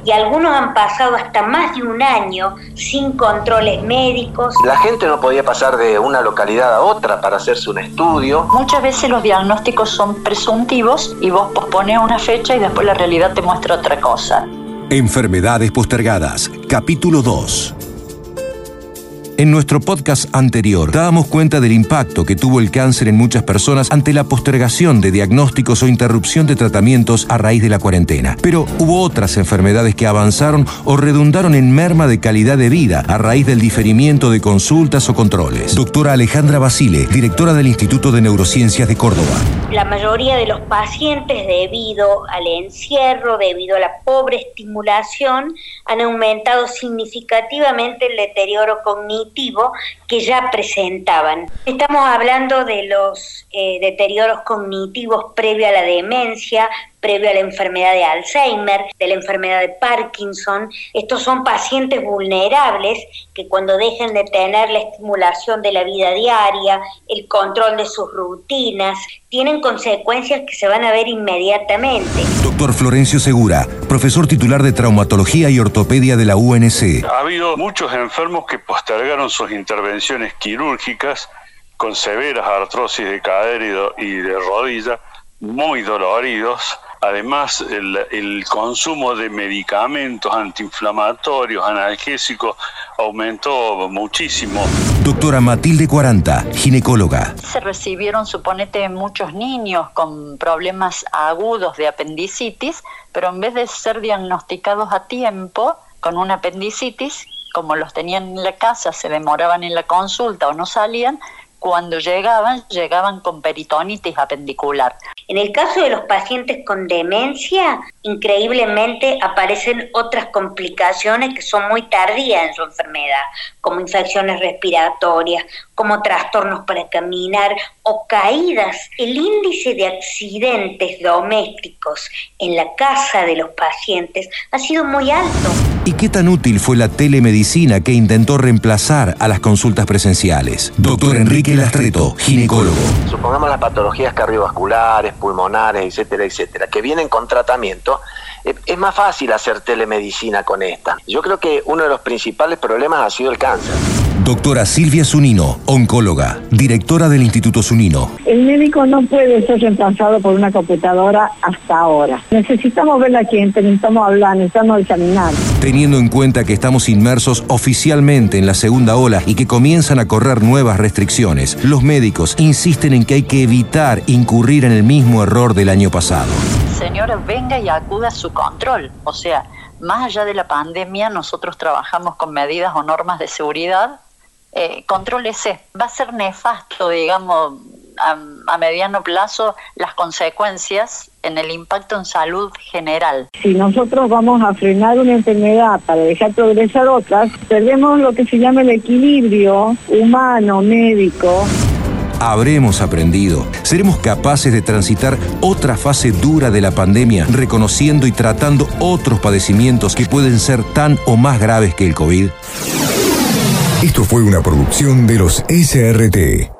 y algunos han pasado hasta más de un año sin controles médicos. La gente no podía pasar de una localidad a otra para hacerse un estudio. Muchas veces los diagnósticos son presuntivos y vos posponés una fecha y después la realidad te muestra otra cosa. Enfermedades postergadas, capítulo 2. En nuestro podcast anterior dábamos cuenta del impacto que tuvo el cáncer en muchas personas ante la postergación de diagnósticos o interrupción de tratamientos a raíz de la cuarentena. Pero hubo otras enfermedades que avanzaron o redundaron en merma de calidad de vida a raíz del diferimiento de consultas o controles. Doctora Alejandra Basile, directora del Instituto de Neurociencias de Córdoba. La mayoría de los pacientes, debido al encierro, debido a la pobre estimulación, han aumentado significativamente el deterioro cognitivo que ya presentaban. Estamos hablando de los deterioros cognitivos previo a la demencia, previo a la enfermedad de Alzheimer, de la enfermedad de Parkinson. Estos son pacientes vulnerables que cuando dejan de tener la estimulación de la vida diaria, el control de sus rutinas, tienen consecuencias que se van a ver inmediatamente. Doctor Florencio Segura, profesor titular de Traumatología y Ortopedia de la UNC. Ha habido muchos enfermos que postergaron sus intervenciones quirúrgicas con severas artrosis de cadera y de rodilla, muy doloridos. Además, el consumo de medicamentos antiinflamatorios, analgésicos, aumentó muchísimo. Doctora Matilde Cuaranta, ginecóloga. Se recibieron, suponete, muchos niños con problemas agudos de apendicitis, pero en vez de ser diagnosticados a tiempo con una apendicitis, como los tenían en la casa, se demoraban en la consulta o no salían, cuando llegaban con peritonitis apendicular. En el caso de los pacientes con demencia, increíblemente aparecen otras complicaciones que son muy tardías en su enfermedad, como infecciones respiratorias, como trastornos para caminar o caídas. El índice de accidentes domésticos en la casa de los pacientes ha sido muy alto. ¿Y qué tan útil fue la telemedicina que intentó reemplazar a las consultas presenciales? Doctor Enrique Lastreto, ginecólogo. Supongamos las patologías cardiovasculares, pulmonares, etcétera, etcétera, que vienen con tratamiento. Es más fácil hacer telemedicina con esta. Yo creo que uno de los principales problemas ha sido el cáncer. Doctora Silvia Zunino, oncóloga, directora del Instituto Zunino. El médico no puede ser reemplazado por una computadora hasta ahora. Necesitamos ver a la gente, necesitamos hablar, necesitamos examinar. Teniendo en cuenta que estamos inmersos oficialmente en la segunda ola y que comienzan a correr nuevas restricciones, los médicos insisten en que hay que evitar incurrir en el mismo error del año pasado. Señora, venga y acuda a su control. O sea, más allá de la pandemia, nosotros trabajamos con medidas o normas de seguridad. Contrólese. Va a ser nefasto, digamos, a mediano plazo las consecuencias en el impacto en salud general. Si nosotros vamos a frenar una enfermedad para dejar progresar otras, perdemos lo que se llama el equilibrio humano, médico. Habremos aprendido. Seremos capaces de transitar otra fase dura de la pandemia, reconociendo y tratando otros padecimientos que pueden ser tan o más graves que el COVID. Esto fue una producción de los SRT.